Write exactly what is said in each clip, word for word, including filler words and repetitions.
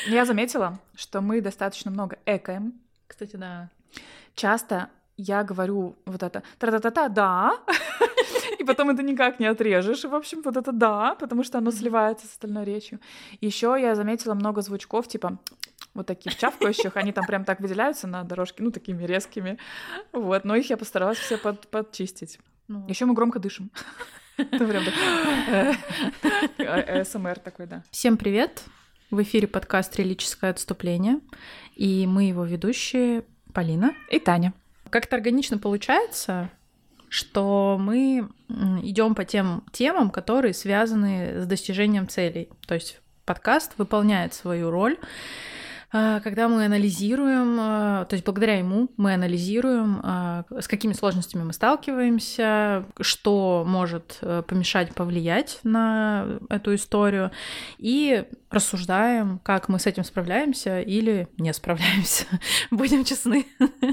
Я заметила, что мы достаточно много экаем. Кстати, да. Часто я говорю вот это «тра-та-та-та, да», и потом это никак не отрежешь. И, в общем, вот это «да», потому что оно сливается с остальной речью. Еще я заметила много звучков, типа вот таких чавкающих, они там прям так выделяются на дорожке, ну, такими резкими. Вот, но их я постаралась все под, подчистить. Ну. Еще мы громко дышим. Это прям эй эс эм эр такой, да. Всем привет! В эфире подкаст «Релическое отступление», и мы его ведущие Полина и Таня. Как-то органично получается, что мы идем по тем темам, которые связаны с достижением целей. То есть подкаст выполняет свою роль, когда мы анализируем, то есть благодаря ему мы анализируем, с какими сложностями мы сталкиваемся, что может помешать, повлиять на эту историю, и рассуждаем, как мы с этим справляемся или не справляемся. Будем честны.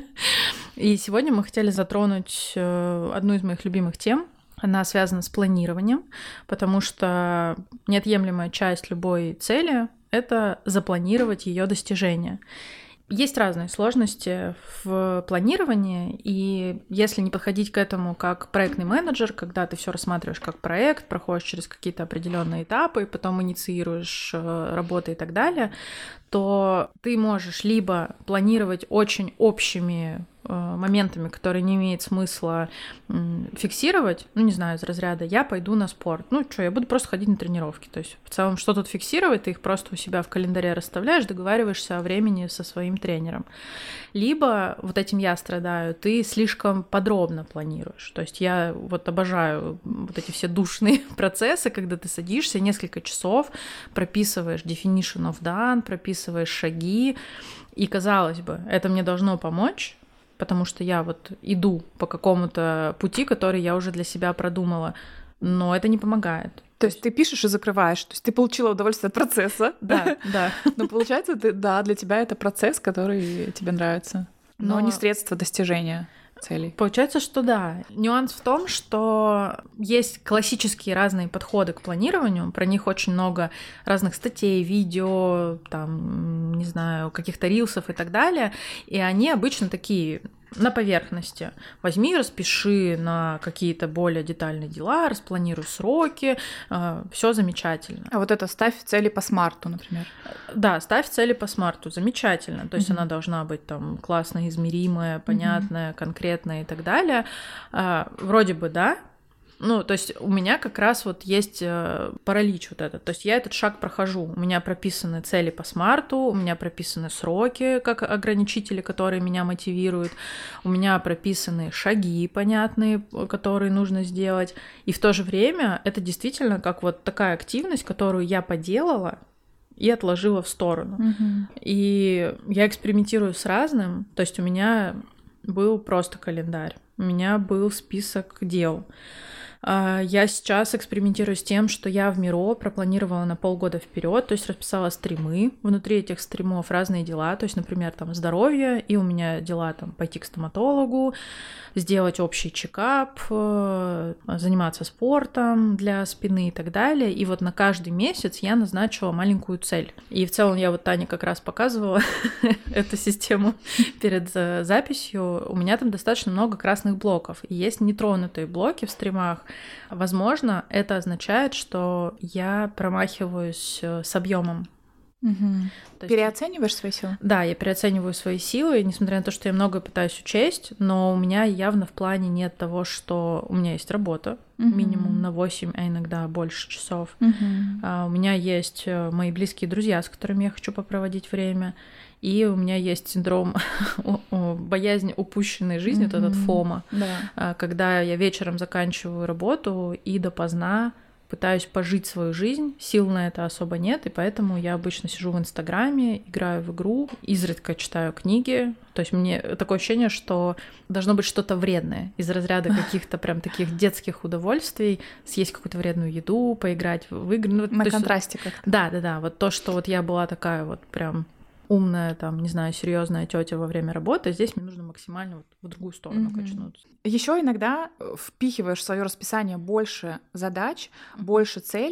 И сегодня мы хотели затронуть одну из моих любимых тем. Она связана с планированием, потому что неотъемлемая часть любой цели — это запланировать ее достижение. Есть разные сложности в планировании, и если не подходить к этому как проектный менеджер, когда ты все рассматриваешь как проект, проходишь через какие-то определенные этапы, потом инициируешь работы и так далее, то ты можешь либо планировать очень общими моментами, которые не имеет смысла фиксировать, ну, не знаю, из разряда «я пойду на спорт». Ну, что, я буду просто ходить на тренировки. То есть, в целом, что тут фиксировать? Ты их просто у себя в календаре расставляешь, договариваешься о времени со своим тренером. Либо, вот этим я страдаю, ты слишком подробно планируешь. То есть, я вот обожаю вот эти все душные процессы, когда ты садишься несколько часов, прописываешь definition of done, прописываешь шаги, и, казалось бы, это мне должно помочь, потому что я вот иду по какому-то пути, который я уже для себя продумала, но это не помогает. То есть ты пишешь и закрываешь, то есть ты получила удовольствие от процесса. Да, да. Но получается, ты, да, для тебя это процесс, который тебе нравится, но, но не средство достижения целей. Получается, что да. Нюанс в том, что есть классические разные подходы к планированию, про них очень много разных статей, видео, там, не знаю, каких-то рилсов и так далее, и они обычно такие на поверхности. Возьми, распиши на какие-то более детальные дела, распланируй сроки, э, все замечательно. А вот это ставь цели по смарту, например. Да, ставь цели по смарту, замечательно. То есть mm-hmm. она должна быть там классно измеримая, понятная, mm-hmm. конкретная и так далее. Э, вроде бы да. Ну, то есть у меня как раз вот есть э, паралич вот этот. То есть я этот шаг прохожу. У меня прописаны цели по смарту, у меня прописаны сроки как ограничители, которые меня мотивируют, у меня прописаны шаги понятные, которые нужно сделать. И в то же время это действительно как вот такая активность, которую я поделала и отложила в сторону. Mm-hmm. И я экспериментирую с разным. То есть у меня был просто календарь, у меня был список дел. Я сейчас экспериментирую с тем, что я в Миро пропланировала на полгода вперед, то есть расписала стримы. Внутри этих стримов разные дела, то есть, например, там здоровье, и у меня дела там пойти к стоматологу, сделать общий чекап, заниматься спортом для спины и так далее. И вот на каждый месяц я назначила маленькую цель. И в целом я вот Тане как раз показывала эту систему перед записью. У меня там достаточно много красных блоков, и есть нетронутые блоки в стримах. Возможно, это означает, что я промахиваюсь с объемом. Угу. Переоцениваешь свои силы? Да, я переоцениваю свои силы, несмотря на то, что я многое пытаюсь учесть, но у меня явно в плане нет того, что у меня есть работа, угу. минимум на восемь, а иногда больше часов. Угу. А, у меня есть мои близкие друзья, с которыми я хочу попроводить время, и у меня есть синдром боязни упущенной жизни, mm-hmm. вот этот фома, да. когда я вечером заканчиваю работу и допоздна пытаюсь пожить свою жизнь, сил на это особо нет, и поэтому я обычно сижу в Инстаграме, играю в игру, изредка читаю книги. То есть мне такое ощущение, что должно быть что-то вредное из разряда каких-то прям таких детских удовольствий, съесть какую-то вредную еду, поиграть в игры. Ну, на контрасте как-то. Да, да, да. Вот то, что вот я была такая вот прям умная, там, не знаю, серьезная тетя во время работы, здесь мне нужно максимально вот в другую сторону mm-hmm. качнуться. Еще иногда впихиваешь в свое расписание больше задач, mm-hmm. больше целей,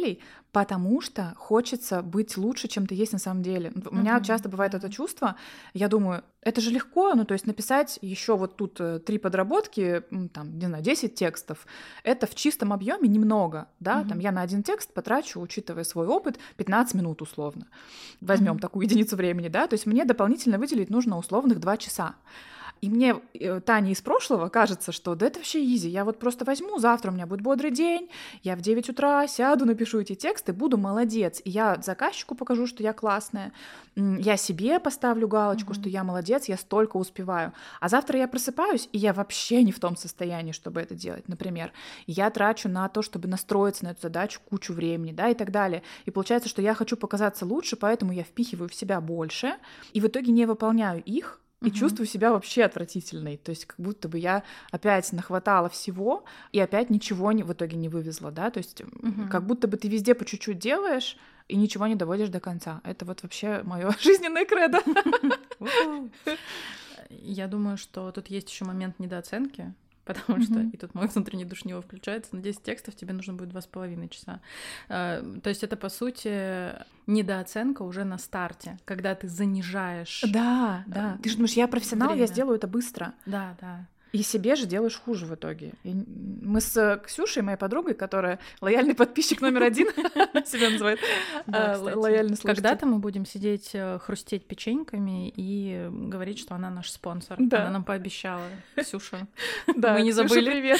потому что хочется быть лучше, чем ты есть на самом деле. У меня Мгм. часто бывает это чувство, я думаю, это же легко, ну то есть написать еще вот тут э, три подработки, м, там, не знаю, десять текстов, это в чистом объеме немного, да, там Мгм. я на один текст потрачу, учитывая свой опыт, пятнадцать минут условно. Возьмем Мгм. такую единицу времени, да, то есть мне дополнительно выделить нужно условных два часа. И мне, э, Таня из прошлого, кажется, что да это вообще изи. Я вот просто возьму, завтра у меня будет бодрый день, я в девять утра сяду, напишу эти тексты, буду молодец. И я заказчику покажу, что я классная. М, Я себе поставлю галочку, Мгм. что я молодец, я столько успеваю. А завтра я просыпаюсь, и я вообще не в том состоянии, чтобы это делать, например. Я трачу на то, чтобы настроиться на эту задачу кучу времени, да, и так далее. И получается, что я хочу показаться лучше, поэтому я впихиваю в себя больше, и в итоге не выполняю их, и Мгм. чувствую себя вообще отвратительной. То есть как будто бы я опять нахватала всего и опять ничего не, в итоге не вывезла, да? То есть м, Мгм. как будто бы ты везде по чуть-чуть делаешь и ничего не доводишь до конца. Это вот вообще мое жизненное кредо. У-ху. Я думаю, что тут есть еще момент недооценки, потому что, Мгм. и тут мой внутренний душнило включается, на десять текстов тебе нужно будет два с половиной часа. А, То есть это, по сути, недооценка уже на старте, когда ты занижаешь Да, да. Ты же думаешь, я профессионал, я время. сделаю это быстро. Да, да. И себе же делаешь хуже в итоге. И мы с Ксюшей, моей подругой, которая лояльный подписчик номер один, себя называет, Да, а, кстати. лояльный слушатель. Когда-то мы будем сидеть, э, хрустеть печеньками и говорить, что она наш спонсор. Да. Она нам пообещала. Ксюша, Да, мы не Ксюша, забыли. привет.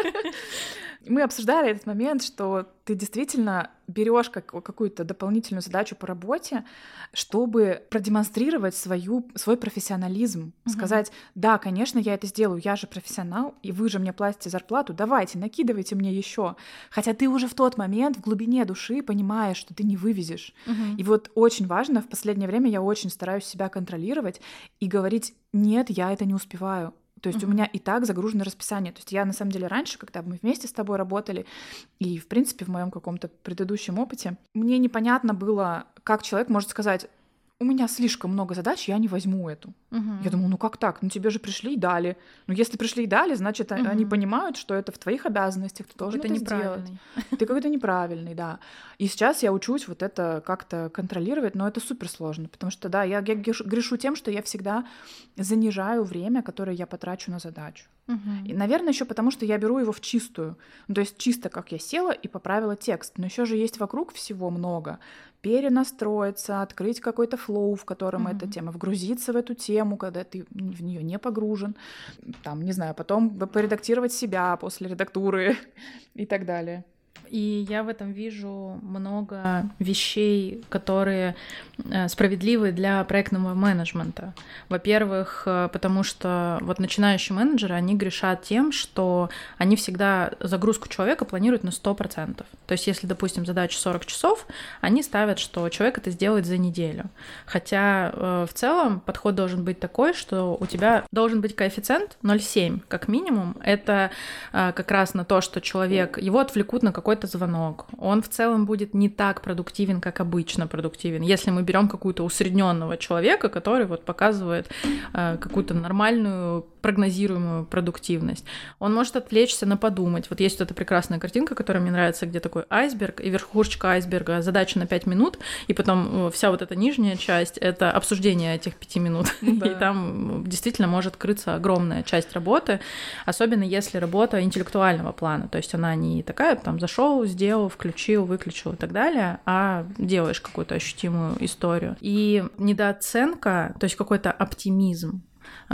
Мы обсуждали этот момент, что ты действительно берешь как, какую-то дополнительную задачу по работе, чтобы продемонстрировать свою, свой профессионализм. Мгм. Сказать, да, конечно, я это сделаю, я же профессионал, и вы же мне платите зарплату, давайте, накидывайте мне еще. Хотя ты уже в тот момент в глубине души понимаешь, что ты не вывезешь. Мгм. И вот очень важно, в последнее время я очень стараюсь себя контролировать и говорить, нет, я это не успеваю. То есть у Мгм. меня и так загружено расписание. То есть я на самом деле раньше, когда мы вместе с тобой работали, и в принципе в моем каком-то предыдущем опыте, мне непонятно было, как человек может сказать, у меня слишком много задач, я не возьму эту. Мгм. Я думаю, ну как так? Ну тебе же пришли и дали. Ну если пришли и дали, значит, а- они Мгм. понимают, что это в твоих обязанностях, ты должен Какой-то это сделать. неправильный. Ты какой-то неправильный, да. И сейчас я учусь вот это как-то контролировать, но это супер сложно, потому что, да, я, я грешу- грешу тем, что я всегда занижаю время, которое я потрачу на задачу. Мгм. И, наверное, еще потому, что я беру его в чистую. Ну, то есть чисто как я села и поправила текст. Но еще же есть вокруг всего много. Перенастроиться, открыть какой-то флоу, в котором Мгм. эта тема, вгрузиться в эту тему, когда ты в нее не погружен. Там, не знаю, потом поредактировать себя после редактуры и так далее. И я в этом вижу много вещей, которые э, справедливы для проектного менеджмента. Во-первых, э, потому что вот начинающие менеджеры, они грешат тем, что они всегда загрузку человека планируют на сто процентов. То есть если, допустим, задача сорок часов, они ставят, что человек это сделает за неделю. Хотя э, в целом подход должен быть такой, что у тебя должен быть коэффициент ноль целых семь десятых как минимум. Это э, как раз на то, что человек, его отвлекут на какой-то звонок. Он в целом будет не так продуктивен, как обычно продуктивен. Если мы берем какую-то усредненного человека, который вот показывает э, какую-то нормальную прогнозируемую продуктивность, он может отвлечься на подумать. Вот есть вот эта прекрасная картинка, которая мне нравится, где такой айсберг, и верхушечка айсберга задача на пять минут, и потом вся вот эта нижняя часть — это обсуждение этих пяти минут. Да. И там действительно может крыться огромная часть работы, особенно если работа интеллектуального плана. То есть она не такая, там, зашел, сделал, включил, выключил и так далее, а делаешь какую-то ощутимую историю. И недооценка, то есть какой-то оптимизм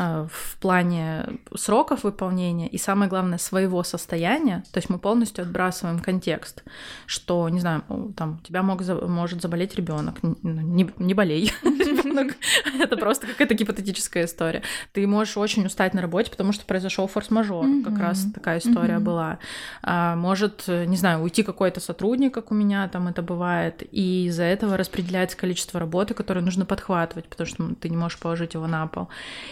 в плане сроков выполнения и, самое главное, своего состояния. То есть мы полностью отбрасываем контекст, что, не знаю, там, тебя мог, может заболеть ребенок, не, не болей. Это просто какая-то гипотетическая история. Ты можешь очень устать на работе, потому что произошел форс-мажор. Как раз такая история была. Может, не знаю, уйти какой-то сотрудник, как у меня там это бывает, и из-за этого распределяется количество работы, которое нужно подхватывать, потому что ты не можешь положить его на пол.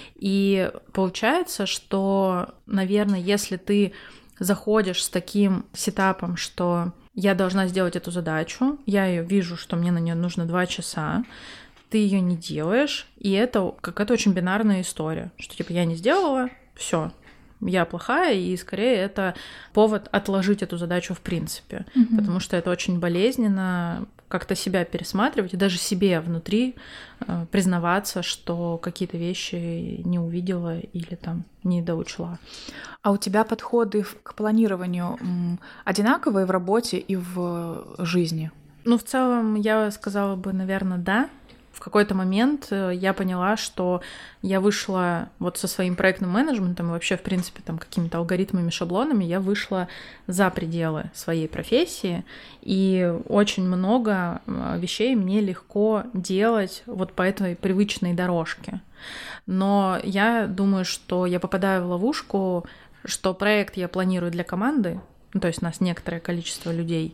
И получается, что, наверное, если ты заходишь с таким сетапом, что я должна сделать эту задачу, я ее вижу, что мне на нее нужно два часа, ты ее не делаешь, и это какая-то очень бинарная история, что типа я не сделала, все, я плохая, и скорее это повод отложить эту задачу в принципе, mm-hmm. потому что это очень болезненно как-то себя пересматривать и даже себе внутри э, признаваться, что какие-то вещи не увидела или там не доучла. А у тебя подходы к планированию одинаковые в работе и в жизни? Ну, в целом, я сказала бы, наверное, да. В какой-то момент я поняла, что я вышла вот со своим проектным менеджментом и вообще, в принципе, там какими-то алгоритмами, шаблонами, я вышла за пределы своей профессии, и очень много вещей мне легко делать вот по этой привычной дорожке. Но я думаю, что я попадаю в ловушку, что проект я планирую для команды, ну, то есть у нас некоторое количество людей,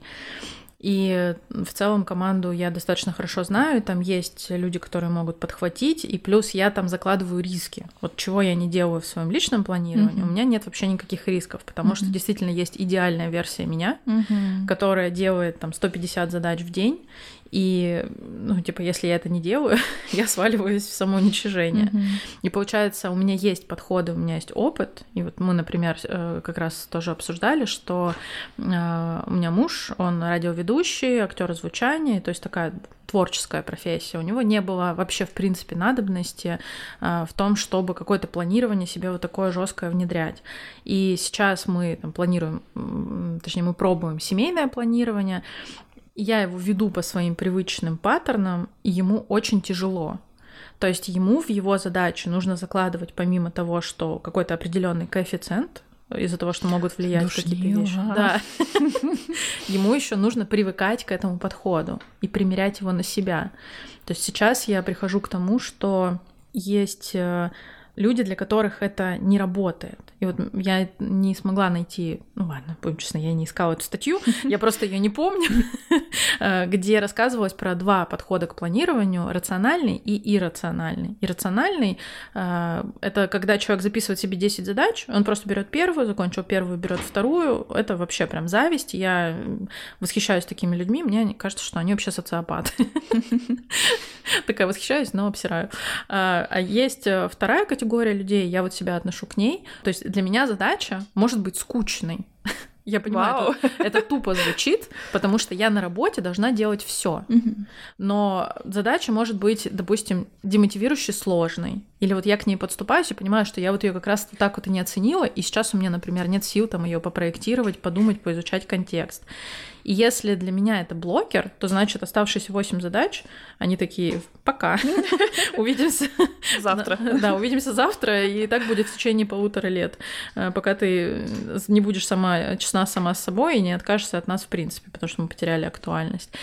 и в целом команду я достаточно хорошо знаю, там есть люди, которые могут подхватить, и плюс я там закладываю риски. Вот чего я не делаю в своем личном планировании, mm-hmm. у меня нет вообще никаких рисков, потому mm-hmm. что действительно есть идеальная версия меня, mm-hmm. которая делает там сто пятьдесят задач в день, и, ну, типа, если я это не делаю, я сваливаюсь в самоуничижение. Mm-hmm. И получается, у меня есть подходы, у меня есть опыт. И вот мы, например, как раз тоже обсуждали, что у меня муж, он радиоведущий, актер звучания, то есть такая творческая профессия. У него не было вообще, в принципе, надобности в том, чтобы какое-то планирование себе вот такое жесткое внедрять. И сейчас мы там планируем, точнее, мы пробуем семейное планирование. Я его веду по своим привычным паттернам, и ему очень тяжело. То есть ему в его задачу нужно закладывать, помимо того, что какой-то определенный коэффициент, из-за того, что могут влиять Душнила. Какие-то вещи. Да. Ему еще нужно привыкать к этому подходу и примерять его на себя. То есть сейчас я прихожу к тому, что есть люди, для которых это не работает. И вот я не смогла найти, ну ладно, будем честны, я не искала эту статью, я просто ее не помню, где рассказывалось про два подхода к планированию: рациональный и иррациональный. Иррациональный — это когда человек записывает себе десять задач, он просто берет первую, закончил первую, берет вторую. Это вообще прям зависть. Я восхищаюсь такими людьми, мне кажется, что они вообще социопаты. Такая восхищаюсь, но обсираю. А есть вторая категория людей, я вот себя отношу к ней. То есть для меня задача может быть скучной. Я понимаю, это, это тупо звучит, потому что я на работе должна делать все. Mm-hmm. Но задача может быть, допустим, демотивирующе сложной. Или вот я к ней подступаюсь и понимаю, что я вот ее как раз так вот и не оценила, и сейчас у меня, например, нет сил там ее попроектировать, подумать, поизучать контекст. И если для меня это блокер, то значит оставшиеся восемь задач, они такие: пока, увидимся завтра. Да, увидимся завтра, и так будет в течение полутора лет, пока ты не будешь сама честна сама с собой и не откажешься от нас в принципе, потому что мы потеряли актуальность.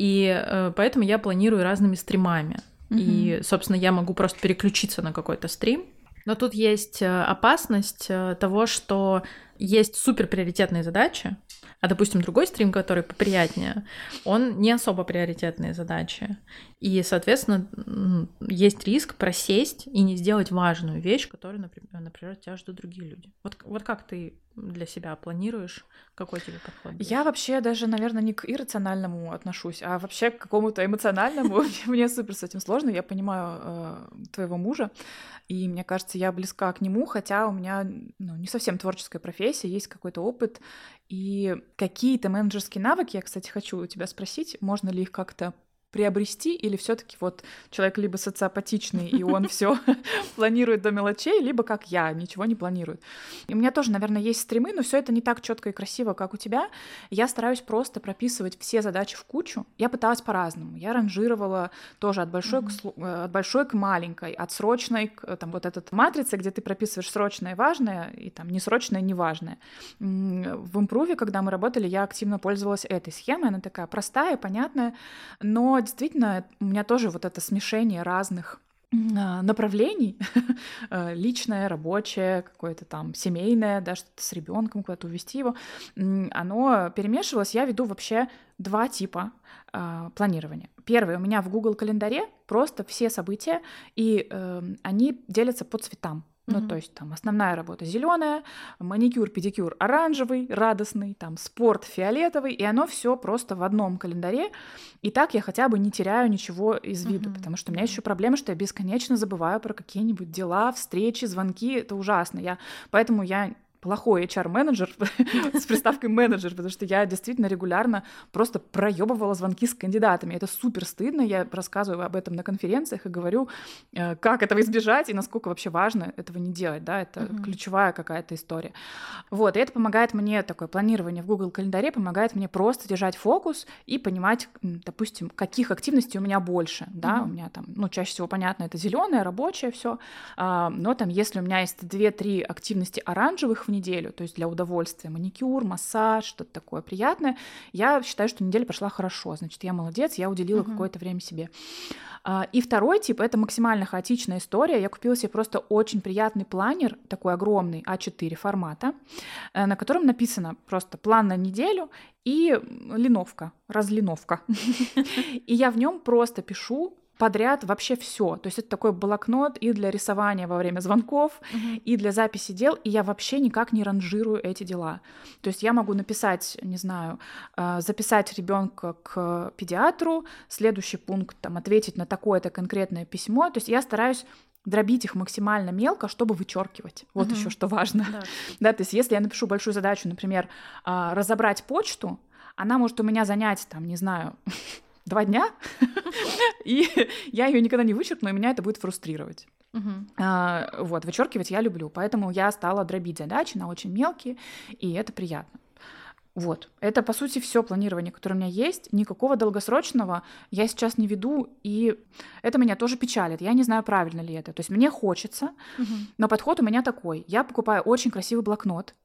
И поэтому я планирую разными стримами. Mm-hmm. И, собственно, я могу просто переключиться на какой-то стрим. Но тут есть опасность того, что есть суперприоритетные задачи, а, допустим, другой стрим, который поприятнее, он не особо приоритетные задачи. И, соответственно, есть риск просесть и не сделать важную вещь, которую, например, например тебя ждут другие люди. Вот, вот как ты для себя планируешь, какой тебе подход? Я вообще даже, наверное, не к иррациональному отношусь, а вообще к какому-то эмоциональному. Мне супер с этим сложно. Я понимаю твоего мужа, и мне кажется, я близка к нему, хотя у меня ну, не совсем творческая профессия, есть какой-то опыт. И какие-то менеджерские навыки, я, кстати, хочу у тебя спросить, можно ли их как-то приобрести, или все-таки вот человек либо социопатичный, и он все планирует до мелочей, либо как я, ничего не планирует. И у меня тоже, наверное, есть стримы, но все это не так четко и красиво, как у тебя. Я стараюсь просто прописывать все задачи в кучу. Я пыталась по-разному. Я ранжировала тоже от большой, mm-hmm. к, от большой к маленькой, от срочной к там, вот этой матрице, где ты прописываешь срочное и важное, и там несрочное и неважное. В импруве, когда мы работали, я активно пользовалась этой схемой. Она такая простая, понятная, но действительно, у меня тоже вот это смешение разных направлений, личное, рабочее, какое-то там семейное, да, что-то с ребенком, куда-то увезти его, оно перемешивалось. Я веду вообще два типа э, планирования. Первый, у меня в Google календаре просто все события, и э, они делятся по цветам. Ну, Мгм. то есть там основная работа зеленая, маникюр, педикюр оранжевый, радостный, там спорт фиолетовый, и оно все просто в одном календаре. И так я хотя бы не теряю ничего из виду, Мгм. потому что у меня Да. еще проблема, что я бесконечно забываю про какие-нибудь дела, встречи, звонки. Это ужасно. Я... Поэтому я плохой эйч ар-менеджер с приставкой менеджер, потому что я действительно регулярно просто проебывала звонки с кандидатами. Это супер стыдно. Я рассказываю об этом на конференциях и говорю, э, как этого избежать и насколько вообще важно этого не делать. Да? Это Мгм. ключевая какая-то история. Вот, и это помогает мне, такое планирование в Google календаре помогает мне просто держать фокус и понимать, м, допустим, каких активностей у меня больше. Да? У Мгм. меня там, ну, чаще всего, понятно, это зеленое, рабочее все. Но там, если у меня есть две-три активности оранжевых в неделю, то есть для удовольствия, маникюр, массаж, что-то такое приятное, я считаю, что неделя прошла хорошо. Значит, я молодец, я уделила Мгм. какое-то время себе. А, И второй тип — это максимально хаотичная история. Я купила себе просто очень приятный планер, такой огромный, а четыре формата, э, на котором написано просто план на неделю и м, линовка, разлиновка. И я в нем просто пишу подряд вообще все. То есть это такой блокнот и для рисования во время звонков, Мгм. и для записи дел, и я вообще никак не ранжирую эти дела. То есть я могу написать, не знаю, э, записать ребенка к педиатру, следующий пункт там ответить на такое-то конкретное письмо. То есть я стараюсь дробить их максимально мелко, чтобы вычеркивать. Вот Мгм. еще что важно. Да. Да, то есть если я напишу большую задачу, например, а, разобрать почту, она может у меня занять, там, не знаю, два дня, и я ее никогда не вычеркну, и меня это будет фрустрировать. Мгм. А, Вот, вычеркивать я люблю, поэтому я стала дробить задачи на очень мелкие, и это приятно. Вот, это, по сути, все планирование, которое у меня есть. Никакого долгосрочного я сейчас не веду, и это меня тоже печалит. Я не знаю, правильно ли это. То есть мне хочется, Мгм. но подход у меня такой. Я покупаю очень красивый блокнот,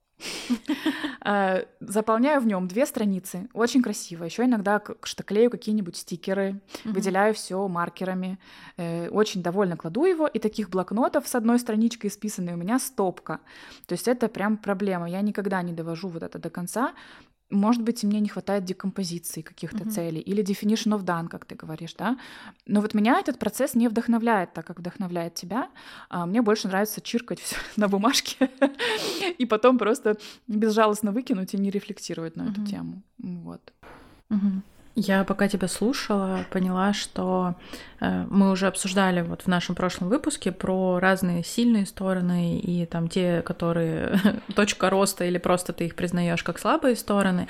э, заполняю в нем две страницы, очень красиво. Еще иногда к- что клею какие-нибудь стикеры, Мгм. выделяю все маркерами. Э, Очень довольно кладу его, и таких блокнотов с одной страничкой исписанной у меня стопка. То есть это прям проблема. Я никогда не довожу вот это до конца. Может быть, мне не хватает декомпозиции каких-то Мгм. целей или definition of done, как ты говоришь, да. Но вот меня этот процесс не вдохновляет так, как вдохновляет тебя. А Мне больше нравится чиркать все на бумажке и потом просто безжалостно выкинуть и не рефлексировать на эту Мгм. тему. Вот. Мгм. Я пока тебя слушала, поняла, что э, мы уже обсуждали вот в нашем прошлом выпуске про разные сильные стороны и там те, которые точка роста или просто ты их признаешь как слабые стороны.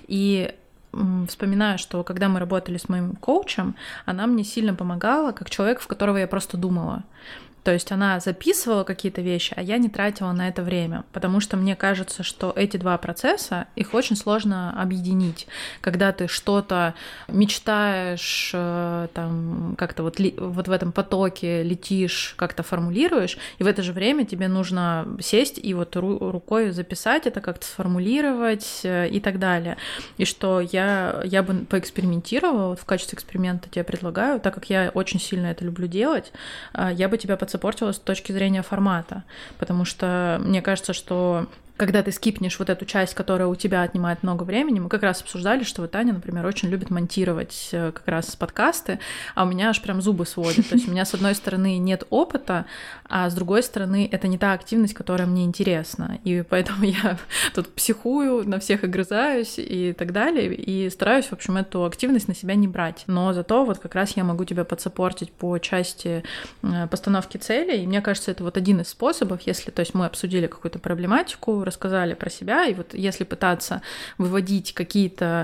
И м, вспоминаю, что когда мы работали с моим коучем, она мне сильно помогала, как человек, в которого я просто думала. То есть она записывала какие-то вещи, а я не тратила на это время, потому что мне кажется, что эти два процесса, их очень сложно объединить. Когда ты что-то мечтаешь, э, там как-то вот, ли, вот в этом потоке летишь, как-то формулируешь, и в это же время тебе нужно сесть и вот ру- рукой записать это, как-то сформулировать э, и так далее. И что я, я бы поэкспериментировала, вот в качестве эксперимента тебе предлагаю, так как я очень сильно это люблю делать, э, я бы тебя подсаппортила с точки зрения формата, потому что мне кажется, что когда ты скипнешь вот эту часть, которая у тебя отнимает много времени, мы как раз обсуждали, что вот Таня, например, очень любит монтировать э, как раз подкасты, а у меня аж прям зубы сводят. То есть у меня, с одной стороны, нет опыта, а с другой стороны, это не та активность, которая мне интересна. И поэтому я тут психую, на всех огрызаюсь и так далее, и стараюсь, в общем, эту активность на себя не брать. Но зато вот как раз я могу тебя подсаппортить по части э, постановки целей, и мне кажется, это вот один из способов, если, то есть мы обсудили какую-то проблематику, рассказали про себя, и вот если пытаться выводить какие-то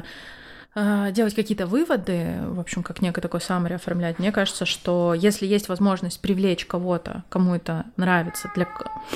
э, делать какие-то выводы, в общем, как некое такое summary оформлять, мне кажется, что если есть возможность привлечь кого-то, кому это нравится, для,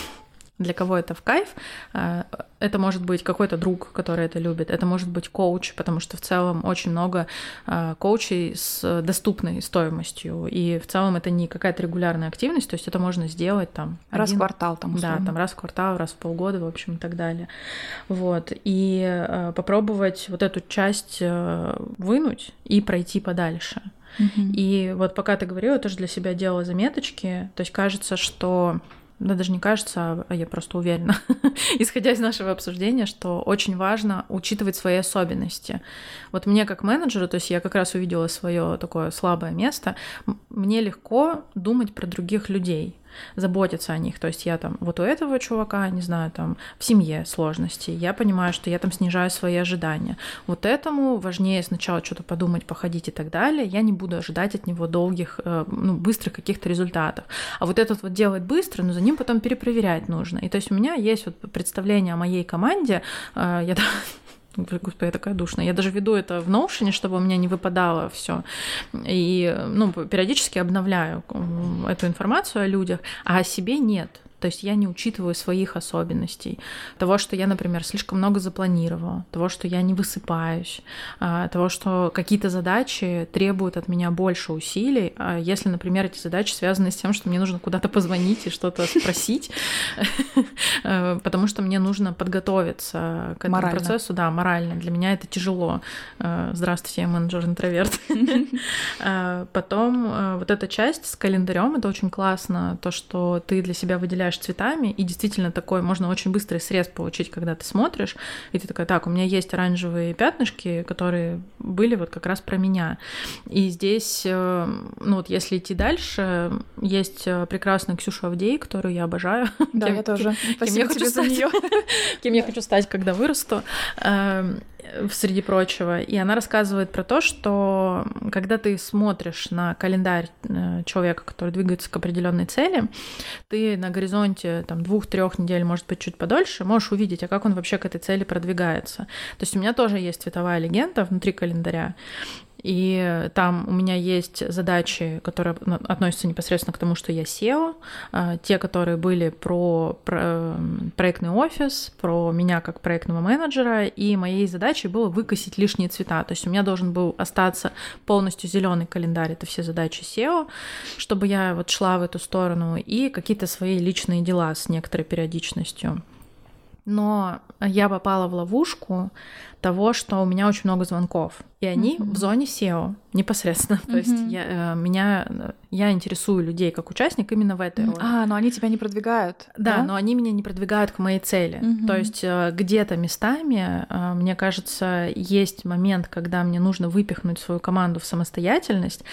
для кого это в кайф, э, это может быть какой-то друг, который это любит, это может быть коуч, потому что в целом очень много э, коучей с доступной стоимостью, и в целом это не какая-то регулярная активность, то есть это можно сделать там Раз один... в квартал там условно. Да, там раз в квартал, раз в полгода, в общем, и так далее. Вот. И э, попробовать вот эту часть э, вынуть и пройти подальше. Мгм. И вот пока ты говорила, я тоже для себя делала заметочки, то есть кажется, что... Да, даже не кажется, а я просто уверена, исходя из нашего обсуждения, что очень важно учитывать свои особенности. Вот мне как менеджеру, то есть я как раз увидела свое такое слабое место, м- мне легко думать про других людей. заботиться о них. То есть я там вот у этого чувака, не знаю, там в семье сложности, я понимаю, что я там снижаю свои ожидания. Вот этому важнее сначала что-то подумать, походить и так далее. Я не буду ожидать от него долгих, ну, быстрых каких-то результатов. А вот этот вот делать быстро, но за ним потом перепроверять нужно. И то есть у меня есть вот представление о моей команде. Я Господи, я такая душная. Я даже веду это в Notion, чтобы у меня не выпадало все. И, ну, периодически обновляю эту информацию о людях, а о себе нет. То есть я не учитываю своих особенностей. Того, что я, например, слишком много запланировала, того, что я не высыпаюсь, того, что какие-то задачи требуют от меня больше усилий. Если, например, эти задачи связаны с тем, что мне нужно куда-то позвонить и что-то спросить, потому что мне нужно подготовиться к этому процессу. Да, морально. Для меня это тяжело. Здравствуйте, я менеджер-интроверт. Потом вот эта часть с календарем, это очень классно, то, что ты для себя выделяешь цветами, и действительно такой можно очень быстрый срез получить, когда ты смотришь, и ты такая, так, у меня есть оранжевые пятнышки, которые были вот как раз про меня. И здесь, ну вот если идти дальше, есть прекрасная Ксюша Авдей, которую я обожаю. Да, кем, я тоже. Кем, Спасибо кем я тебе хочу за нее. Кем я хочу стать, когда вырасту. Среди прочего. И она рассказывает про то, что когда ты смотришь на календарь человека, который двигается к определенной цели, ты на горизонте там, двух-трех недель, может быть, чуть подольше, можешь увидеть, а как он вообще к этой цели продвигается. То есть у меня тоже есть цветовая легенда внутри календаря. И там у меня есть задачи, которые относятся непосредственно к тому, что я сео, те, которые были про проектный офис, про меня как проектного менеджера, и моей задачей было выкосить лишние цвета. То есть у меня должен был остаться полностью зеленый календарь, это все задачи сео, чтобы я вот шла в эту сторону, и какие-то свои личные дела с некоторой периодичностью. Но я попала в ловушку того, что у меня очень много звонков, и они mm-hmm. в зоне сео непосредственно. Mm-hmm. То есть я, меня, я интересую людей как участник именно в этой роли. А, но они тебя не продвигают. Да, да? но они меня не продвигают к моей цели. Mm-hmm. То есть где-то местами, мне кажется, есть момент, когда мне нужно выпихнуть свою команду в самостоятельность,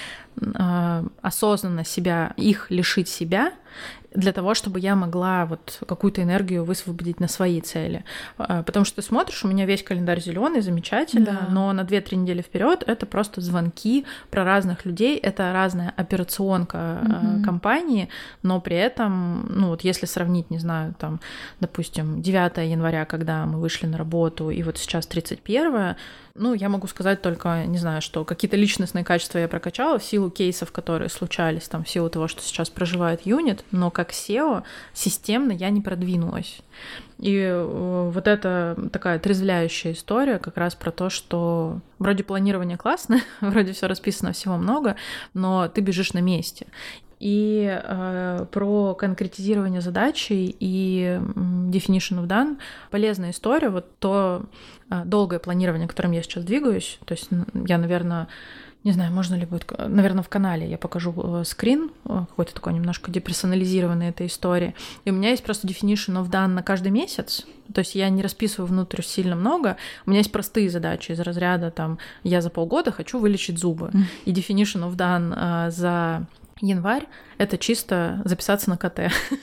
осознанно себя, их лишить себя, для того, чтобы я могла вот какую-то энергию высвободить на свои цели. Потому что ты смотришь, у меня весь календарь зеленый, замечательно, да. Но на две-три недели вперед это просто звонки про разных людей, это разная операционка mm-hmm. компании, но при этом, ну вот если сравнить, не знаю, там, допустим, девятого января, когда мы вышли на работу, и вот сейчас тридцать первое, ну, я могу сказать только, не знаю, что какие-то личностные качества я прокачала в силу кейсов, которые случались, там, в силу того, что сейчас проживает юнит, но как сео системно я не продвинулась. И вот это такая отрезвляющая история как раз про то, что вроде планирование классное, вроде все расписано, всего много, но ты бежишь на месте. И э, про конкретизирование задачи и definition of done полезная история. Вот то э, долгое планирование, которым я сейчас двигаюсь, то есть я, наверное, не знаю, можно ли будет, наверное, в канале я покажу скрин, какой-то такой немножко деперсонализированной этой истории. И у меня есть просто definition of done на каждый месяц, то есть я не расписываю внутрь сильно много, у меня есть простые задачи из разряда, там, я за полгода хочу вылечить зубы, mm. и definition of done э, за январь — это чисто записаться на КТ.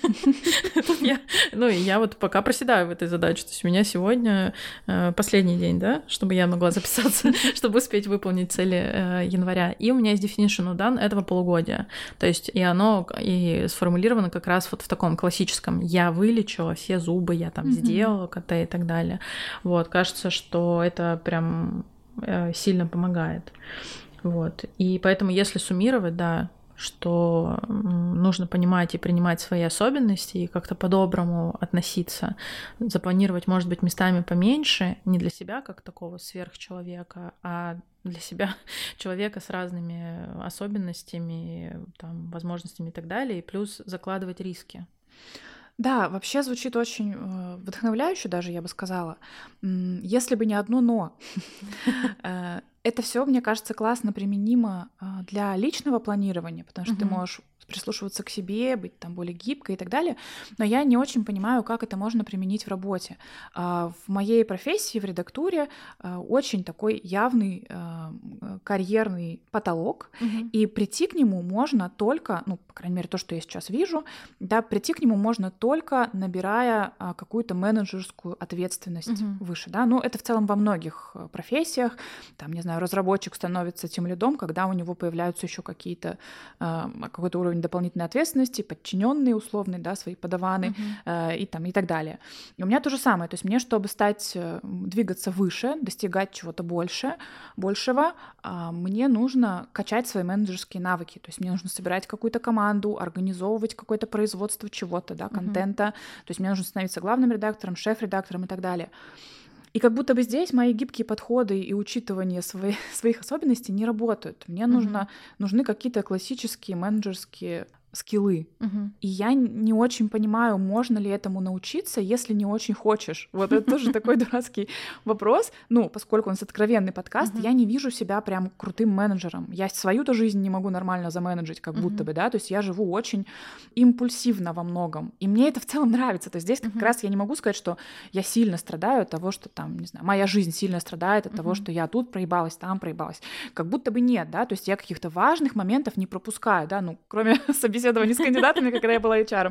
Ну и я вот пока проседаю в этой задаче. То есть у меня сегодня последний день, да, чтобы я могла записаться, чтобы успеть выполнить цели января. И у меня есть definition of done этого полугодия. То есть и оно и сформулировано как раз вот в таком классическом: я вылечила все зубы, я там сделала КТ и так далее. Вот, кажется, что это прям сильно помогает. Вот. И поэтому, если суммировать, да, что нужно понимать и принимать свои особенности и как-то по-доброму относиться, запланировать, может быть, местами поменьше, не для себя как такого сверхчеловека, а для себя человека с разными особенностями, там, возможностями и так далее, и плюс закладывать риски. Да, вообще звучит очень вдохновляюще даже, я бы сказала. Если бы не одно «но». Это все, мне кажется, классно применимо для личного планирования, потому что mm-hmm. ты можешь прислушиваться к себе, быть там более гибкой и так далее. Но я не очень понимаю, как это можно применить в работе. В моей профессии, в редактуре, очень такой явный карьерный потолок, mm-hmm. и прийти к нему можно только, ну, по крайней мере, то, что я сейчас вижу, да, прийти к нему можно только набирая какую-то менеджерскую ответственность mm-hmm. выше, да. Ну, это в целом во многих профессиях. Там, не знаю, разработчик становится тимлидом, когда у него появляются еще какие-то какой-то уровень дополнительной ответственности, подчиненные условные, да, свои подаваны uh-huh. э, и, там, и так далее. И у меня то же самое. То есть мне, чтобы стать, двигаться выше, достигать чего-то больше, большего, э, мне нужно качать свои менеджерские навыки. То есть мне нужно собирать какую-то команду, организовывать какое-то производство чего-то, да, контента. Uh-huh. То есть мне нужно становиться главным редактором, шеф-редактором и так далее. И как будто бы здесь мои гибкие подходы и учитывание свои, своих особенностей не работают. Мне mm-hmm. нужно, нужны какие-то классические менеджерские скиллы. Uh-huh. И я не очень понимаю, можно ли этому научиться, если не очень хочешь. Вот это тоже такой дурацкий вопрос. Ну, поскольку у нас откровенный подкаст, uh-huh. я не вижу себя прям крутым менеджером. Я свою-то жизнь не могу нормально заменеджить, как uh-huh. будто бы, да, то есть я живу очень импульсивно во многом. И мне это в целом нравится. То есть здесь uh-huh. как раз я не могу сказать, что я сильно страдаю от того, что там, не знаю, моя жизнь сильно страдает от uh-huh. того, что я тут проебалась, там проебалась. Как будто бы нет, да, то есть я каких-то важных моментов не пропускаю, да, ну, кроме собеседования с кандидатами, когда я была эйч ар.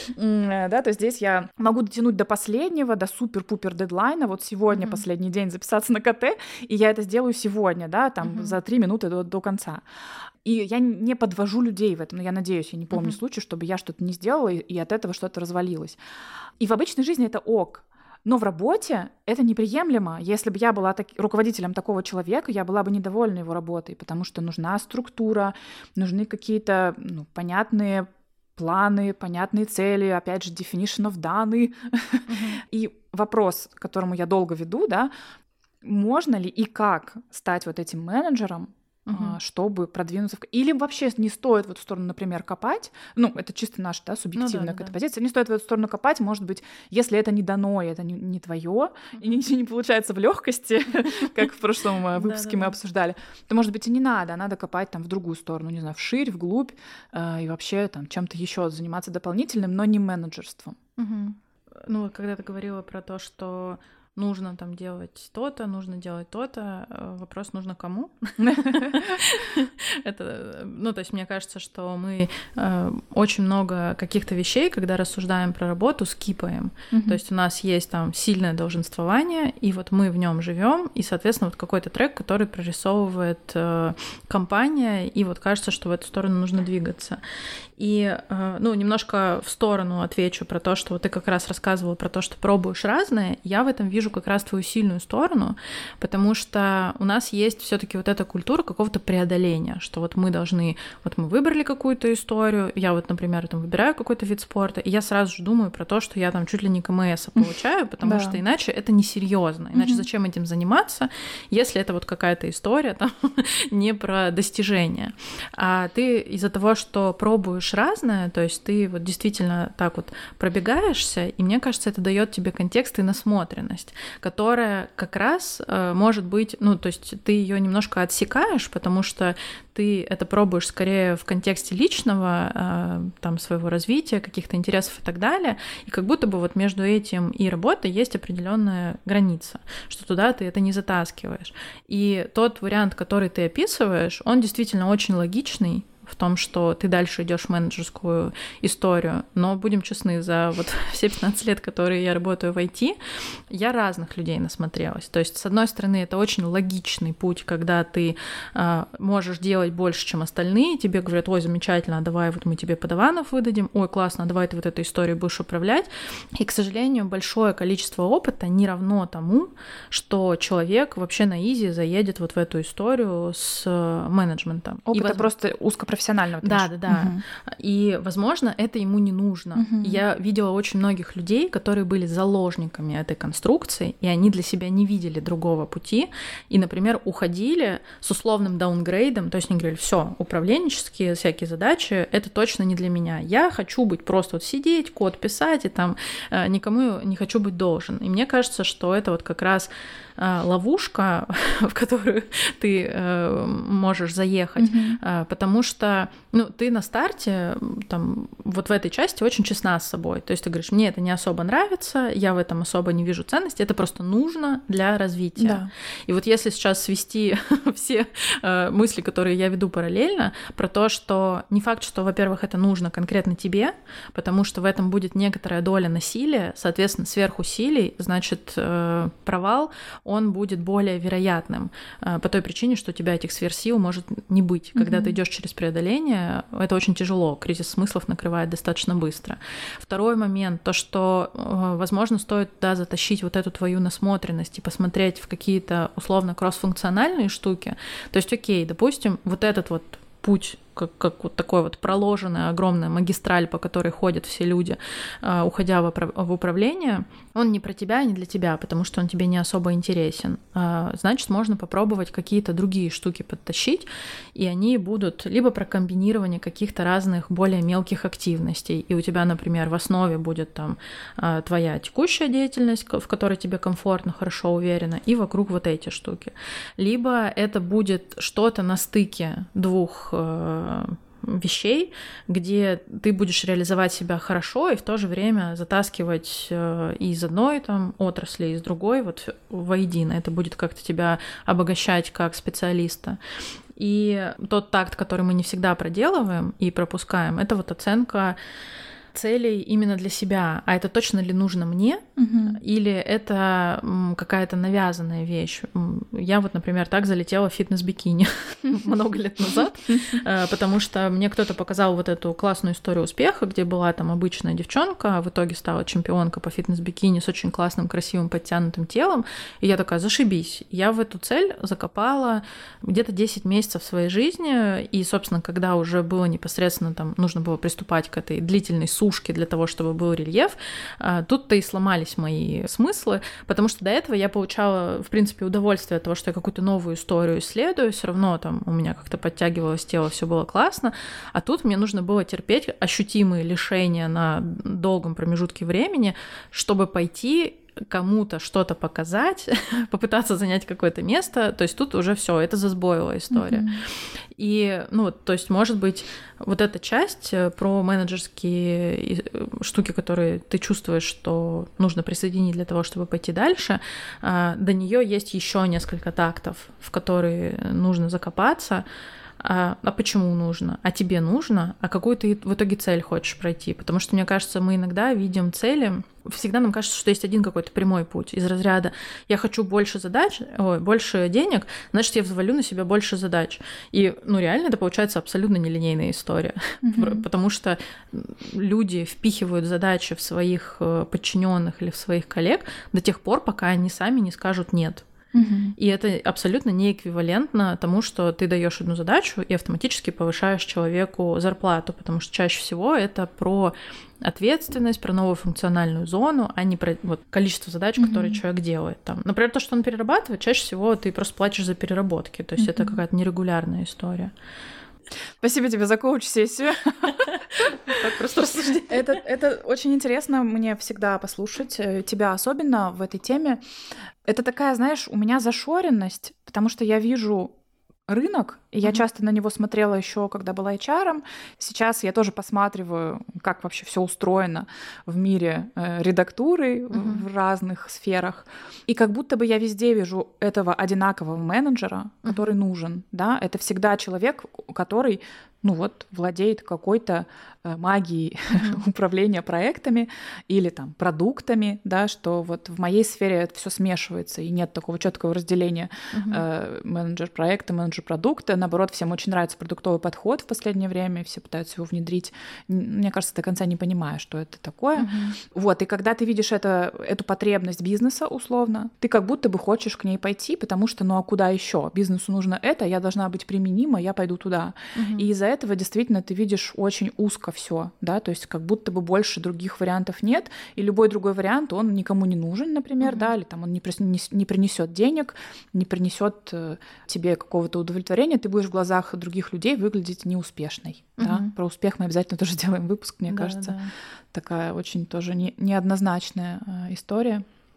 Да, то есть здесь я могу дотянуть до последнего, до супер-пупер дедлайна. Вот сегодня mm-hmm. последний день записаться на ка тэ, и я это сделаю сегодня, да, там mm-hmm. за три минуты до, до конца. И я не подвожу людей в этом, но я надеюсь, я не помню mm-hmm. случая, чтобы я что-то не сделала, и, и от этого что-то развалилось. И в обычной жизни это ок. Но в работе это неприемлемо. Если бы я была так... руководителем такого человека, я была бы недовольна его работой, потому что нужна структура, нужны какие-то ну, понятные планы, понятные цели, опять же, definition of done. Uh-huh. И вопрос, к которому я долго веду, да, можно ли и как стать вот этим менеджером, Uh-huh. чтобы продвинуться. В... Или вообще не стоит в эту сторону, например, копать. Ну, это чисто наша, да, субъективная ну, да, какая-то да. позиция. Не стоит в эту сторону копать, может быть, если это не дано, и это не, не твое, uh-huh. и ничего не получается в легкости, как в прошлом выпуске мы обсуждали, то, может быть, и не надо, а надо копать там в другую сторону, не знаю, вширь, вглубь, и вообще там чем-то еще заниматься дополнительным, но не менеджерством. Ну, когда ты говорила про то, что нужно там делать то-то, нужно делать то-то. Вопрос, нужно кому? Это, ну, то есть мне кажется, что мы э, очень много каких-то вещей, когда рассуждаем про работу, скипаем. Mm-hmm. То есть у нас есть там сильное долженствование, и вот мы в нем живем, и, соответственно, вот какой-то трек, который прорисовывает э, компания, и вот кажется, что в эту сторону нужно двигаться. И, э, ну, немножко в сторону отвечу про то, что вот ты как раз рассказывала про то, что пробуешь разное. Я в этом вижу как раз твою сильную сторону, потому что у нас есть все-таки вот эта культура какого-то преодоления, что вот мы должны, вот мы выбрали какую-то историю, я вот, например, там выбираю какой-то вид спорта, и я сразу же думаю про то, что я там чуть ли не ка эм эс получаю, потому да. что иначе это несерьезно, иначе mm-hmm. зачем этим заниматься, если это вот какая-то история там не про достижения. А ты из-за того, что пробуешь разное, то есть ты вот действительно так вот пробегаешься, и мне кажется, это дает тебе контекст и насмотренность, которая как раз э, может быть, ну, то есть ты ее немножко отсекаешь, потому что ты это пробуешь скорее в контексте личного, э, там, своего развития, каких-то интересов и так далее, и как будто бы вот между этим и работой есть определенная граница, что туда ты это не затаскиваешь. И тот вариант, который ты описываешь, он действительно очень логичный, в том, что ты дальше идешь в менеджерскую историю. Но будем честны, за вот все пятнадцать лет, которые я работаю в ай ти, я разных людей насмотрелась. То есть, с одной стороны, это очень логичный путь, когда ты э, можешь делать больше, чем остальные. Тебе говорят: ой, замечательно, давай вот мы тебе подаванов выдадим, ой, классно, давай ты вот эту историю будешь управлять. И, к сожалению, большое количество опыта не равно тому, что человек вообще на изи заедет вот в эту историю с менеджментом. Опыт воз... просто узкопрофессиональный. Да, да, да. Угу. И, возможно, это ему не нужно. Угу. Я видела очень многих людей, которые были заложниками этой конструкции, и они для себя не видели другого пути, и, например, уходили с условным даунгрейдом, то есть они говорили: все, управленческие всякие задачи, это точно не для меня. Я хочу быть просто вот сидеть, код писать, и там никому не хочу быть должен. И мне кажется, что это вот как раз ловушка, в которую ты можешь заехать, mm-hmm. потому что ну, ты на старте там, вот в этой части очень честна с собой. То есть ты говоришь, мне это не особо нравится, я в этом особо не вижу ценности, это просто нужно для развития. Да. И вот если сейчас свести все мысли, которые я веду параллельно, про то, что не факт, что, во-первых, это нужно конкретно тебе, потому что в этом будет некоторая доля насилия, соответственно, сверхусилий, значит, провал, он будет более вероятным по той причине, что у тебя этих сверхсил может не быть. Когда mm-hmm. ты идешь через преодоление, это очень тяжело, кризис смыслов накрывает достаточно быстро. Второй момент, то, что, возможно, стоит, да, затащить вот эту твою насмотренность и посмотреть в какие-то условно кроссфункциональные штуки. То есть, окей, допустим, вот этот вот путь, как, как вот такой вот проложенная огромная магистраль, по которой ходят все люди, уходя в управление, он не про тебя, не для тебя, потому что он тебе не особо интересен. Значит, можно попробовать какие-то другие штуки подтащить, и они будут либо про комбинирование каких-то разных более мелких активностей, и у тебя, например, в основе будет там твоя текущая деятельность, в которой тебе комфортно, хорошо, уверенно, и вокруг вот эти штуки. Либо это будет что-то на стыке двух вещей, где ты будешь реализовать себя хорошо и в то же время затаскивать из одной там отрасли, из другой вот воедино. Это будет как-то тебя обогащать как специалиста. И тот такт, который мы не всегда проделываем и пропускаем, это вот оценка целей именно для себя, а это точно ли нужно мне, uh-huh. или это какая-то навязанная вещь. Я вот, например, так залетела в фитнес-бикини много лет назад, потому что мне кто-то показал вот эту классную историю успеха, где была там обычная девчонка, а в итоге стала чемпионка по фитнес-бикини с очень классным, красивым, подтянутым телом, и я такая, зашибись. Я в эту цель закопала где-то десять месяцев своей жизни, и, собственно, когда уже было непосредственно там, нужно было приступать к этой длительной сушке для того, чтобы был рельеф, тут-то и сломались мои смыслы, потому что до этого я получала, в принципе, удовольствие от того, что я какую-то новую историю исследую, все равно там у меня как-то подтягивалось тело, все было классно, а тут мне нужно было терпеть ощутимые лишения на долгом промежутке времени, чтобы пойти кому-то что-то показать, попытаться занять какое-то место, то есть тут уже все, это засбоила история. Mm-hmm. И, ну, то есть, может быть, вот эта часть про менеджерские штуки, которые ты чувствуешь, что нужно присоединить для того, чтобы пойти дальше, до нее есть еще несколько тактов, в которые нужно закопаться. А, а почему нужно? А тебе нужно? А какую ты в итоге цель хочешь пройти? Потому что, мне кажется, мы иногда видим цели, всегда нам кажется, что есть один какой-то прямой путь из разряда «я хочу больше задач, ой, больше денег, значит, я взвалю на себя больше задач». И, ну, реально это получается абсолютно нелинейная история, mm-hmm. потому что люди впихивают задачи в своих подчиненных или в своих коллег до тех пор, пока они сами не скажут «нет». Uh-huh. И это абсолютно не эквивалентно тому, что ты даешь одну задачу и автоматически повышаешь человеку зарплату, потому что чаще всего это про ответственность, про новую функциональную зону, а не про вот, количество задач, uh-huh. которые человек делает. Там. Например, то, что он перерабатывает, чаще всего ты просто платишь за переработки, то есть uh-huh. это какая-то нерегулярная история. Спасибо тебе за коуч-сессию. Так просто рассуждение. Это, это очень интересно мне всегда послушать, тебя особенно в этой теме. Это такая, знаешь, у меня зашоренность, потому что я вижу рынок, и я mm-hmm. часто на него смотрела еще, когда была эйч ар. Сейчас я тоже посматриваю, как вообще все устроено в мире э, редактуры mm-hmm. в разных сферах. И как будто бы я везде вижу этого одинакового менеджера, mm-hmm. который нужен. Да? Это всегда человек, который ну вот, владеет какой-то э, магией mm-hmm. управления проектами или там продуктами, да, что вот в моей сфере это все смешивается, и нет такого четкого разделения mm-hmm. э, менеджер проекта, менеджер продукта. Наоборот, всем очень нравится продуктовый подход в последнее время, все пытаются его внедрить, мне кажется, до конца не понимая, что это такое. Mm-hmm. Вот, и когда ты видишь это, эту потребность бизнеса, условно, ты как будто бы хочешь к ней пойти, потому что, ну а куда еще? Бизнесу нужно это, я должна быть применима, я пойду туда. Mm-hmm. И из-за этого действительно ты видишь очень узко все, да, то есть как будто бы больше других вариантов нет, и любой другой вариант, он никому не нужен, например, mm-hmm. да, или там он не, не, не принесет денег, не принесет э, тебе какого-то удовлетворения, ты будешь в глазах других людей выглядеть неуспешной. Mm-hmm. Да? Про успех мы обязательно тоже сделаем выпуск, мне да, кажется. Да. Такая очень тоже не, неоднозначная э, история.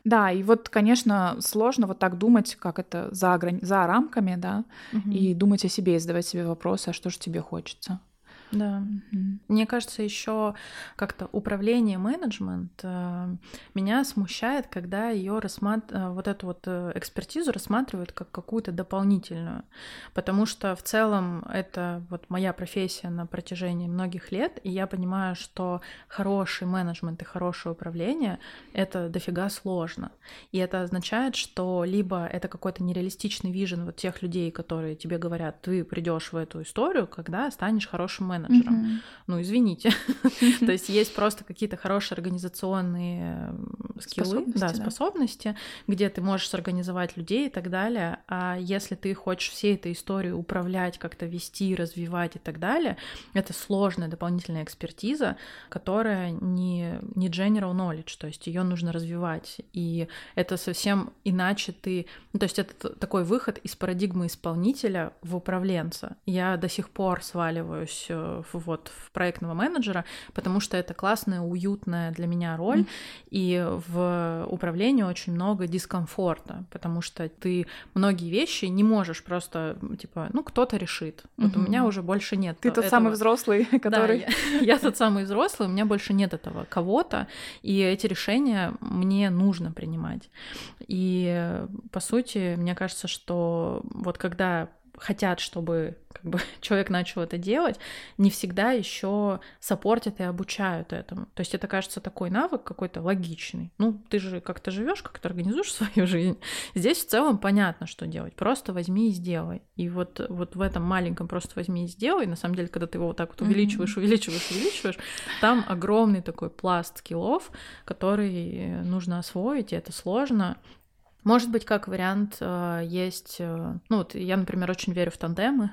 Да, и вот, конечно, сложно вот так думать, как это за, грани... за рамками, да, Мгм. и думать о себе, и задавать себе вопросы, а что же тебе хочется. Да. Мгм. Мне кажется, еще как-то управление, менеджмент э, меня смущает, когда ее рассмат... э, вот эту вот э, экспертизу рассматривают как какую-то дополнительную, потому что в целом это вот моя профессия на протяжении многих лет, и я понимаю, что хороший менеджмент и хорошее управление — это дофига сложно, и это означает, что либо это какой-то нереалистичный вижен вот тех людей, которые тебе говорят, ты придешь в эту историю, когда станешь хорошим менеджером. менеджером. Мгм. Ну, извините. То есть есть просто какие-то хорошие организационные скиллы, Способности, да, да. способности, где ты можешь сорганизовать людей и так далее. А если ты хочешь всей этой историей управлять, как-то вести, развивать и так далее, это сложная дополнительная экспертиза, которая не, не general knowledge, то есть ее нужно развивать. И это совсем иначе ты... Ну, то есть это такой выход из парадигмы исполнителя в управленца. Я до сих пор сваливаюсь вот в проектного менеджера, потому что это классная, уютная для меня роль, mm. и в управлении очень много дискомфорта, потому что ты многие вещи не можешь просто, типа, ну, кто-то решит. Mm-hmm. Вот у меня уже больше нет Ты этого. тот самый взрослый, который... Да, я, я тот самый взрослый, у меня больше нет этого кого-то, и эти решения мне нужно принимать. И, по сути, мне кажется, что вот когда хотят, чтобы как бы человек начал это делать, не всегда еще саппортят и обучают этому. То есть это, кажется, такой навык какой-то логичный. Ну, ты же как-то живешь, как-то организуешь свою жизнь. Здесь в целом понятно, что делать. Просто возьми и сделай. И вот, вот в этом маленьком просто возьми и сделай, на самом деле, когда ты его вот так вот увеличиваешь, увеличиваешь, увеличиваешь, там огромный такой пласт скиллов, который нужно освоить, и это сложно. Может быть, как вариант есть... Ну вот я, например, очень верю в тандемы,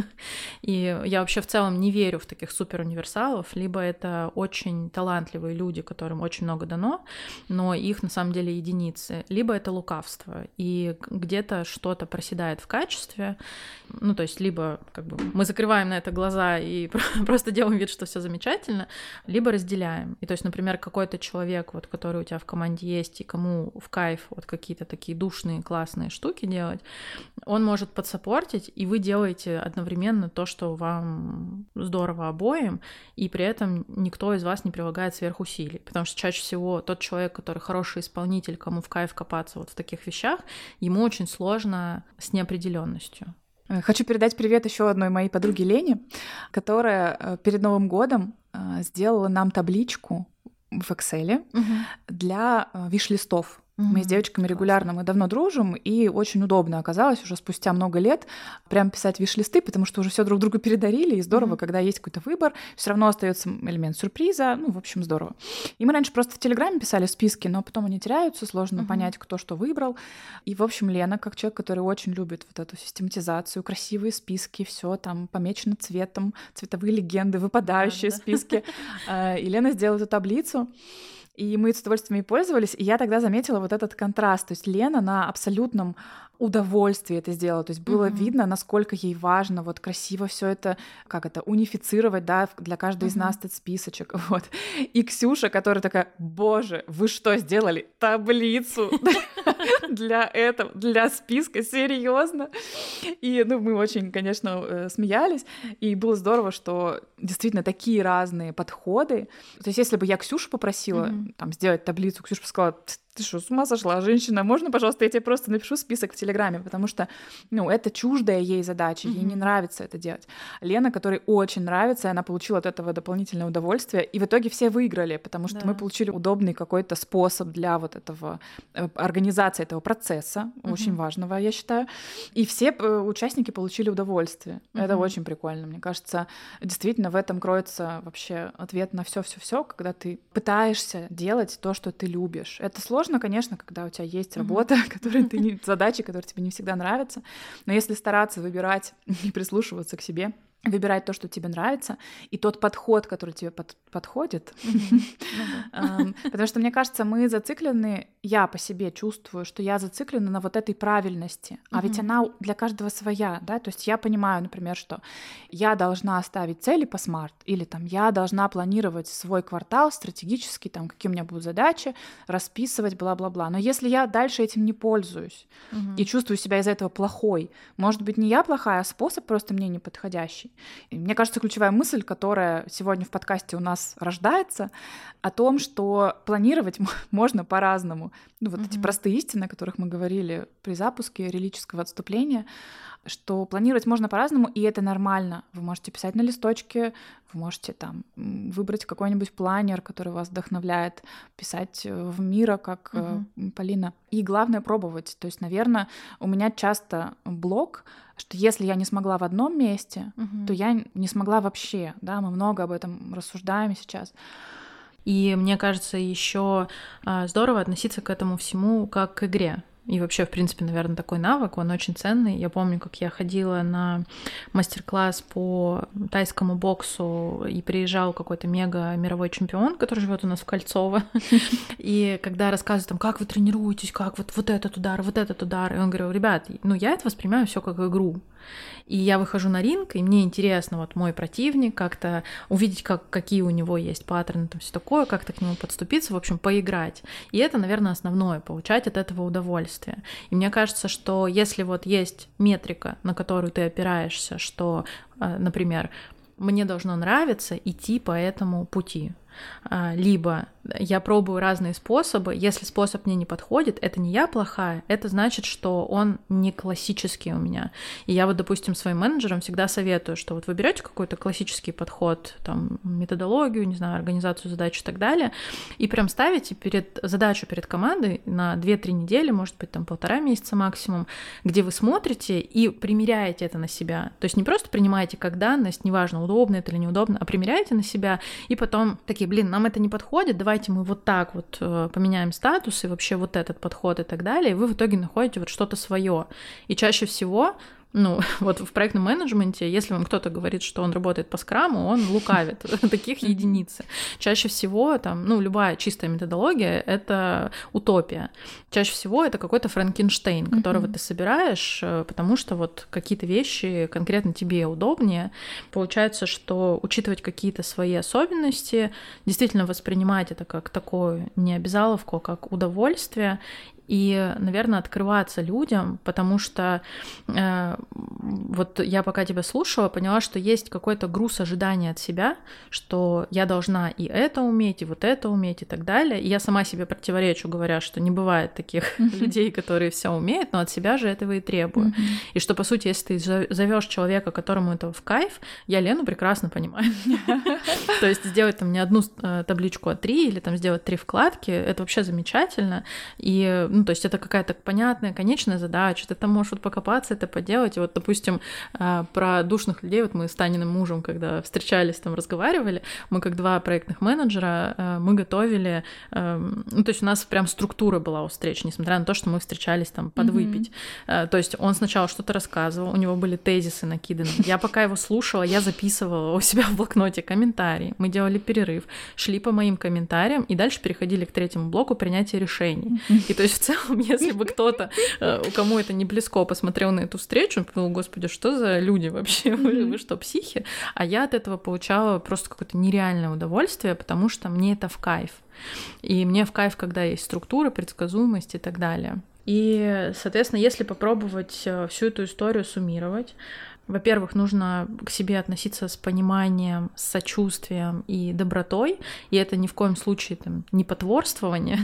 и я вообще в целом не верю в таких суперуниверсалов, либо это очень талантливые люди, которым очень много дано, но их на самом деле единицы, либо это лукавство, и где-то что-то проседает в качестве, ну то есть либо как бы мы закрываем на это глаза и просто делаем вид, что все замечательно, либо разделяем. И то есть, например, какой-то человек, вот, который у тебя в команде есть, и кому в кайф вот какие-то такие такие душные, классные штуки делать, он может подсаппортить, и вы делаете одновременно то, что вам здорово обоим, и при этом никто из вас не прилагает сверхусилий. Потому что чаще всего тот человек, который хороший исполнитель, кому в кайф копаться вот в таких вещах, ему очень сложно с неопределенностью. Хочу передать привет еще одной моей подруге Лене, которая перед Новым годом сделала нам табличку в Excel угу. для виш-листов. Mm-hmm. Мы с девочками регулярно, Классно. Мы давно дружим, и очень удобно оказалось уже спустя много лет прям писать виш-листы, потому что уже все друг другу передарили, и здорово, mm-hmm. когда есть какой-то выбор, все равно остается элемент сюрприза, ну, в общем, здорово. И мы раньше просто в Телеграме писали списки, но потом они теряются, сложно mm-hmm. понять, кто что выбрал. И, в общем, Лена, как человек, который очень любит вот эту систематизацию, красивые списки, все там помечено цветом, цветовые легенды, выпадающие mm-hmm. списки. И Лена сделала эту таблицу, и мы с удовольствием ей пользовались, и я тогда заметила вот этот контраст. То есть Лена на абсолютном удовольствии это сделала. То есть было mm-hmm. видно, насколько ей важно вот красиво все это, как это, унифицировать, да, для каждой mm-hmm. из нас этот списочек. Вот. И Ксюша, которая такая: боже, вы что сделали? Таблицу для этого, для списка? Серьезно? И ну, мы очень, конечно, смеялись. И было здорово, что действительно такие разные подходы. То есть если бы я Ксюшу попросила mm-hmm. там сделать таблицу, Ксюша бы сказала: ты что, с ума сошла, женщина? Можно, пожалуйста, я тебе просто напишу список в Телеграме? Потому что, ну, это чуждая ей задача, mm-hmm. ей не нравится это делать. Лена, которой очень нравится, она получила от этого дополнительное удовольствие, и в итоге все выиграли, потому что да. мы получили удобный какой-то способ для вот этого, организации этого процесса, mm-hmm. очень важного, я считаю, и все участники получили удовольствие. Mm-hmm. Это очень прикольно. Мне кажется, действительно в этом кроется вообще ответ на все-все-все, когда ты пытаешься делать то, что ты любишь. Это сложно, конечно, когда у тебя есть работа, mm-hmm. которая ты не, задачи, которые тебе не всегда нравятся. Но если стараться выбирать и прислушиваться к себе, выбирать то, что тебе нравится, и тот подход, который тебе под, подходит. Потому что, мне кажется, мы зациклены, я по себе чувствую, что я зациклена на вот этой правильности, а ведь она для каждого своя, да, то есть я понимаю, например, что я должна ставить цели по смарт, или там я должна планировать свой квартал стратегически, там, какие у меня будут задачи, расписывать, бла-бла-бла. Но если я дальше этим не пользуюсь и чувствую себя из-за этого плохой, может быть, не я плохая, а способ просто мне неподходящий. И мне кажется, ключевая мысль, которая сегодня в подкасте у нас рождается, о том, что планировать можно по-разному. Ну, вот mm-hmm. эти простые истины, о которых мы говорили при запуске религического отступления, что планировать можно по-разному, и это нормально. Вы можете писать на листочке, вы можете там выбрать какой-нибудь планер, который вас вдохновляет, писать в Мира, как mm-hmm. Полина. И главное — пробовать. То есть, наверное, у меня часто блок, что если я не смогла в одном месте, mm-hmm. то я не смогла вообще. Да, мы много об этом рассуждаем сейчас. И мне кажется, еще здорово относиться к этому всему как к игре. И вообще, в принципе, наверное, такой навык, он очень ценный. Я помню, как я ходила на мастер-класс по тайскому боксу, и приезжал какой-то мега мировой чемпион, который живет у нас в Кольцово. И когда рассказывают, там, как вы тренируетесь, как вот, вот этот удар, вот этот удар, и он говорил: ребят, ну я это воспринимаю все как игру. И я выхожу на ринг, и мне интересно вот мой противник, как-то увидеть, как, какие у него есть паттерны, там все такое, как-то к нему подступиться, в общем, поиграть. И это, наверное, основное, получать от этого удовольствие. И мне кажется, что если вот есть метрика, на которую ты опираешься, что, например, мне должно нравиться идти по этому пути, либо я пробую разные способы, если способ мне не подходит, это не я плохая, это значит, что он не классический у меня. И я вот, допустим, своим менеджерам всегда советую, что вот вы берете какой-то классический подход, там, методологию, не знаю, организацию задач и так далее, и прям ставите перед задачу перед командой на две-три недели, может быть, там полтора месяца максимум, где вы смотрите и примеряете это на себя. То есть не просто принимаете как данность, неважно, удобно это или неудобно, а примеряете на себя, и потом такие: блин, нам это не подходит, давайте мы вот так вот э, поменяем статус и вообще вот этот подход и так далее, и вы в итоге находите вот что-то свое. И чаще всего, ну, вот в проектном менеджменте, если вам кто-то говорит, что он работает по скраму, он лукавит. Таких единицы. Чаще всего там, ну, любая чистая методология — это утопия. Чаще всего это какой-то Франкенштейн, которого ты собираешь, потому что вот какие-то вещи конкретно тебе удобнее. Получается, что учитывать какие-то свои особенности, действительно воспринимать это как такую не обязаловку, а как удовольствие, и, наверное, открываться людям, потому что э, вот я пока тебя слушала, поняла, что есть какой-то груз ожидания от себя, что я должна и это уметь, и вот это уметь, и так далее. И я сама себе противоречу, говоря, что не бывает таких mm-hmm. людей, которые все умеют, но от себя же этого и требую. Mm-hmm. И что, по сути, если ты зовешь человека, которому это в кайф, я Лену прекрасно понимаю. То есть сделать там не одну табличку, а три, или там сделать три вкладки, это вообще замечательно. И ну, то есть это какая-то понятная, конечная задача, ты там можешь вот покопаться, это поделать. И вот, допустим, про душных людей, вот мы с Таниным мужем, когда встречались, там разговаривали, мы как два проектных менеджера, мы готовили, ну, то есть у нас прям структура была у встреч, несмотря на то, что мы встречались там подвыпить. Mm-hmm. То есть он сначала что-то рассказывал, у него были тезисы накиданы. Я пока его слушала, я записывала у себя в блокноте комментарии, мы делали перерыв, шли по моим комментариям и дальше переходили к третьему блоку принятия решений. Mm-hmm. И то есть в целом, если бы кто-то, у кому это не близко, посмотрел на эту встречу, он подумал: господи, что за люди вообще, вы, вы что, психи? А я от этого получала просто какое-то нереальное удовольствие, потому что мне это в кайф. И мне в кайф, когда есть структура, предсказуемость и так далее. И, соответственно, если попробовать всю эту историю суммировать, во-первых, нужно к себе относиться с пониманием, с сочувствием и добротой, и это ни в коем случае там, не потворствование,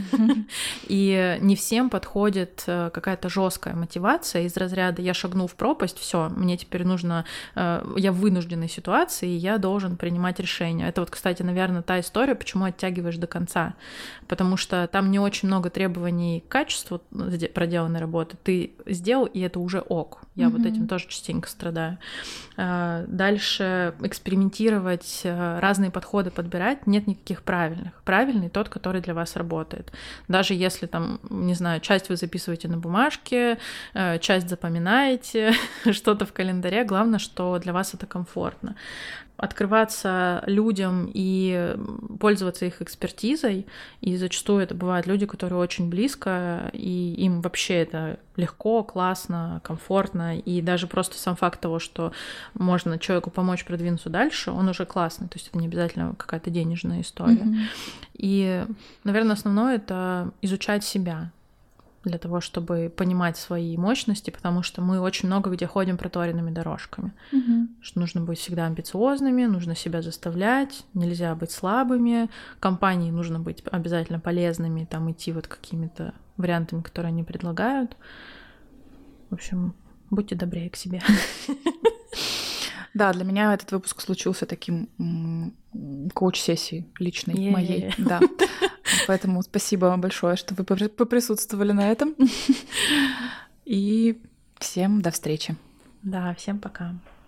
и не всем подходит какая-то жесткая мотивация из разряда: я шагнул в пропасть, все, мне теперь нужно, я в вынужденной ситуации, и я должен принимать решения. Это вот, кстати, наверное, та история, почему оттягиваешь до конца, потому что там не очень много требований к качеству проделанной работы, ты сделал, и это уже ок. Я Мгм. вот этим тоже частенько страдаю. А, Дальше экспериментировать, а, разные подходы подбирать. Нет никаких правильных. Правильный тот, который для вас работает. Даже если там, не знаю, часть вы записываете на бумажке, э, часть запоминаете, что-то в календаре. Главное, что для вас это комфортно. Открываться людям и пользоваться их экспертизой. И зачастую это бывают люди, которые очень близко, и им вообще это легко, классно, комфортно. И даже просто сам факт того, что можно человеку помочь продвинуться дальше, он уже классный. То есть это не обязательно какая-то денежная история. Мгм. И, наверное, основное — это изучать себя для того, чтобы понимать свои мощности, потому что мы очень много где ходим проторенными дорожками. Мгм. Что нужно быть всегда амбициозными, нужно себя заставлять, нельзя быть слабыми, компании нужно быть обязательно полезными, там идти вот какими-то вариантами, которые они предлагают. В общем, будьте добрее к себе. Да, для меня этот выпуск случился таким м, коуч-сессией личной Е-е-е. моей. Да. Поэтому спасибо большое, что вы попри- поприсутствовали на этом. И всем до встречи. Да, всем пока.